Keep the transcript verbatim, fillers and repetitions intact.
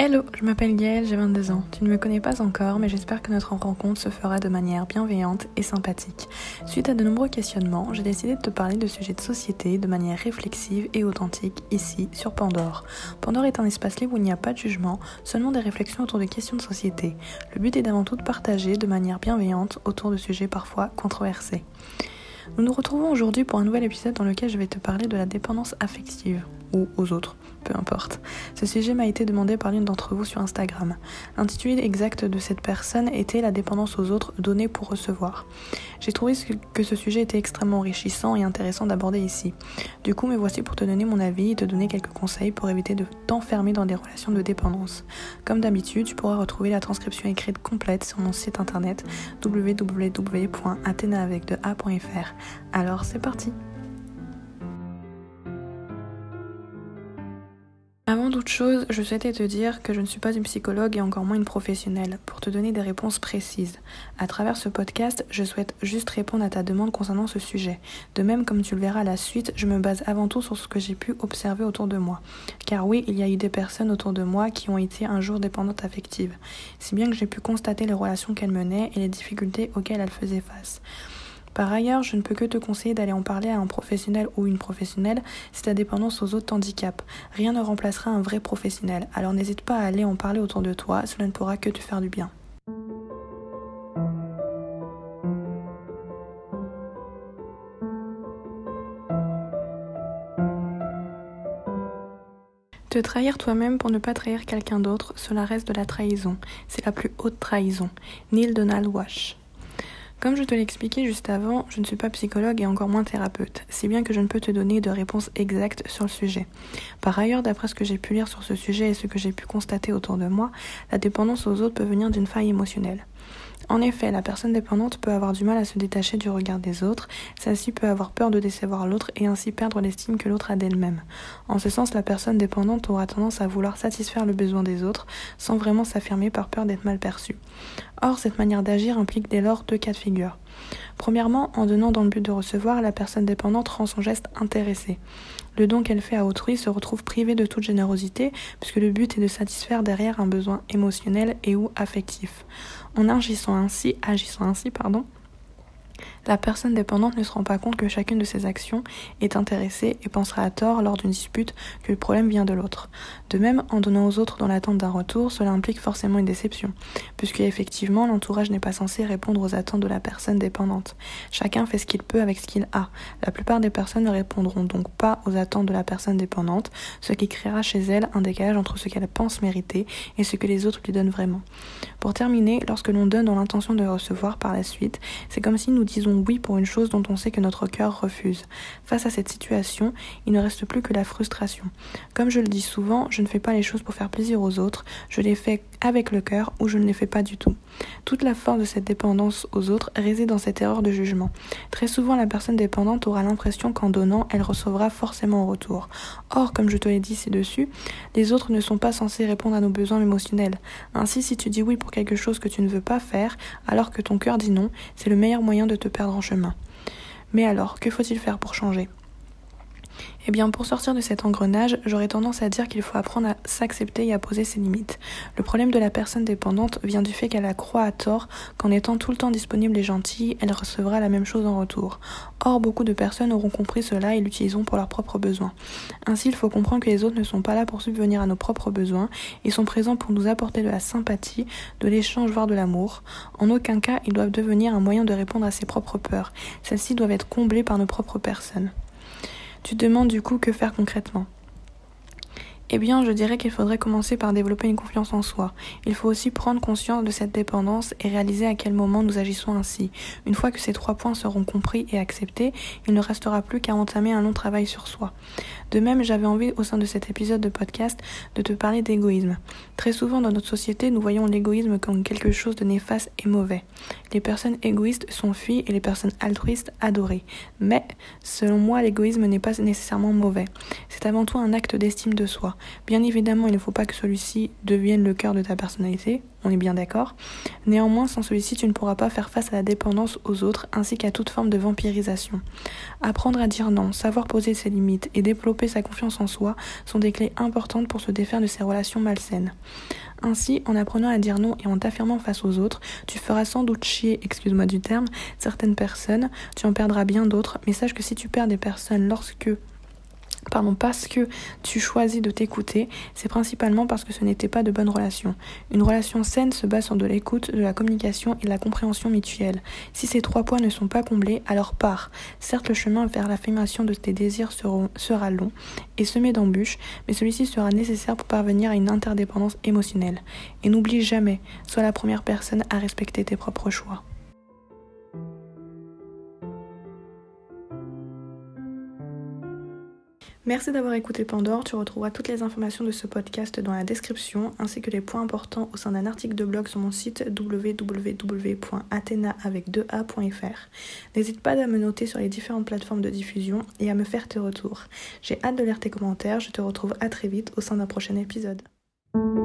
Hello, je m'appelle Gaëlle, j'ai vingt-deux ans. Tu ne me connais pas encore, mais j'espère que notre rencontre se fera de manière bienveillante et sympathique. Suite à de nombreux questionnements, j'ai décidé de te parler de sujets de société de manière réflexive et authentique, ici, sur Pandore. Pandore est un espace libre où il n'y a pas de jugement, seulement des réflexions autour de questions de société. Le but est d'avant tout de partager de manière bienveillante autour de sujets parfois controversés. Nous nous retrouvons aujourd'hui pour un nouvel épisode dans lequel je vais te parler de la dépendance affective, ou aux autres, peu importe. Ce sujet m'a été demandé par l'une d'entre vous sur Instagram. L'intitulé exact de cette personne était « La dépendance aux autres, donner pour recevoir ». J'ai trouvé que ce sujet était extrêmement enrichissant et intéressant d'aborder ici. Du coup, me voici pour te donner mon avis et te donner quelques conseils pour éviter de t'enfermer dans des relations de dépendance. Comme d'habitude, tu pourras retrouver la transcription écrite complète sur mon site internet w w w point athena avec deux a point f r. Alors, c'est parti! Avant toute chose, je souhaitais te dire que je ne suis pas une psychologue et encore moins une professionnelle pour te donner des réponses précises. À travers ce podcast, je souhaite juste répondre à ta demande concernant ce sujet. De même, comme tu le verras à la suite, je me base avant tout sur ce que j'ai pu observer autour de moi. Car oui, il y a eu des personnes autour de moi qui ont été un jour dépendantes affectives, si bien que j'ai pu constater les relations qu'elles menaient et les difficultés auxquelles elles faisaient face. Par ailleurs, je ne peux que te conseiller d'aller en parler à un professionnel ou une professionnelle si ta dépendance aux autres t'handicape. Rien ne remplacera un vrai professionnel, alors n'hésite pas à aller en parler autour de toi, cela ne pourra que te faire du bien. Te trahir toi-même pour ne pas trahir quelqu'un d'autre, cela reste de la trahison. C'est la plus haute trahison. Neil Donald Walsh. Comme je te l'ai expliqué juste avant, je ne suis pas psychologue et encore moins thérapeute, si bien que je ne peux te donner de réponses exactes sur le sujet. Par ailleurs, d'après ce que j'ai pu lire sur ce sujet et ce que j'ai pu constater autour de moi, la dépendance aux autres peut venir d'une faille émotionnelle. En effet, la personne dépendante peut avoir du mal à se détacher du regard des autres, celle-ci peut avoir peur de décevoir l'autre et ainsi perdre l'estime que l'autre a d'elle-même. En ce sens, la personne dépendante aura tendance à vouloir satisfaire le besoin des autres sans vraiment s'affirmer par peur d'être mal perçue. Or, cette manière d'agir implique dès lors deux cas de figure. Premièrement, en donnant dans le but de recevoir, la personne dépendante rend son geste intéressé. Le don qu'elle fait à autrui se retrouve privé de toute générosité, puisque le but est de satisfaire derrière un besoin émotionnel et ou affectif. En agissant ainsi, agissant ainsi, pardon, la personne dépendante ne se rend pas compte que chacune de ses actions est intéressée et pensera à tort lors d'une dispute que le problème vient de l'autre. De même, en donnant aux autres dans l'attente d'un retour, cela implique forcément une déception, puisque effectivement l'entourage n'est pas censé répondre aux attentes de la personne dépendante. Chacun fait ce qu'il peut avec ce qu'il a. La plupart des personnes ne répondront donc pas aux attentes de la personne dépendante, ce qui créera chez elle un décalage entre ce qu'elle pense mériter et ce que les autres lui donnent vraiment. Pour terminer, lorsque l'on donne dans l'intention de recevoir par la suite, c'est comme si nous disons oui pour une chose dont on sait que notre cœur refuse. Face à cette situation, il ne reste plus que la frustration. Comme je le dis souvent, je ne fais pas les choses pour faire plaisir aux autres, je les fais avec le cœur ou je ne les fais pas du tout. Toute la force de cette dépendance aux autres réside dans cette erreur de jugement. Très souvent, la personne dépendante aura l'impression qu'en donnant, elle recevra forcément en retour. Or, comme je te l'ai dit ci-dessus, les autres ne sont pas censés répondre à nos besoins émotionnels. Ainsi, si tu dis oui pour quelque chose que tu ne veux pas faire, alors que ton cœur dit non, c'est le meilleur moyen de te perdre en chemin. Mais alors, que faut-il faire pour changer ? Eh bien, pour sortir de cet engrenage, j'aurais tendance à dire qu'il faut apprendre à s'accepter et à poser ses limites. Le problème de la personne dépendante vient du fait qu'elle la croit à tort qu'en étant tout le temps disponible et gentille, elle recevra la même chose en retour. Or, beaucoup de personnes auront compris cela et l'utiliseront pour leurs propres besoins. Ainsi, il faut comprendre que les autres ne sont pas là pour subvenir à nos propres besoins, ils sont présents pour nous apporter de la sympathie, de l'échange, voire de l'amour. En aucun cas, ils doivent devenir un moyen de répondre à ses propres peurs. Celles-ci doivent être comblées par nos propres personnes. Tu te demandes du coup que faire concrètement ? Eh bien, je dirais qu'il faudrait commencer par développer une confiance en soi. Il faut aussi prendre conscience de cette dépendance et réaliser à quel moment nous agissons ainsi. Une fois que ces trois points seront compris et acceptés, il ne restera plus qu'à entamer un long travail sur soi. De même, j'avais envie, au sein de cet épisode de podcast, de te parler d'égoïsme. Très souvent, dans notre société, nous voyons l'égoïsme comme quelque chose de néfaste et mauvais. Les personnes égoïstes sont fuies et les personnes altruistes adorées. Mais, selon moi, l'égoïsme n'est pas nécessairement mauvais. C'est avant tout un acte d'estime de soi. Bien évidemment, il ne faut pas que celui-ci devienne le cœur de ta personnalité, on est bien d'accord. Néanmoins, sans celui-ci, tu ne pourras pas faire face à la dépendance aux autres ainsi qu'à toute forme de vampirisation. Apprendre à dire non, savoir poser ses limites et développer sa confiance en soi sont des clés importantes pour se défaire de ces relations malsaines. Ainsi, en apprenant à dire non et en t'affirmant face aux autres, tu feras sans doute chier, excuse-moi du terme, certaines personnes, tu en perdras bien d'autres, mais sache que si tu perds des personnes lorsque... Pardon, parce que tu choisis de t'écouter, c'est principalement parce que ce n'était pas de bonnes relations. Une relation saine se base sur de l'écoute, de la communication et de la compréhension mutuelle. Si ces trois points ne sont pas comblés, alors pars. Certes, le chemin vers l'affirmation de tes désirs seront, sera long et semé d'embûches, mais celui-ci sera nécessaire pour parvenir à une interdépendance émotionnelle. Et n'oublie jamais, sois la première personne à respecter tes propres choix. Merci d'avoir écouté Pandore, tu retrouveras toutes les informations de ce podcast dans la description, ainsi que les points importants au sein d'un article de blog sur mon site w w w point athena avec deux a point f r. N'hésite pas à me noter sur les différentes plateformes de diffusion et à me faire tes retours. J'ai hâte de lire tes commentaires, je te retrouve à très vite au sein d'un prochain épisode.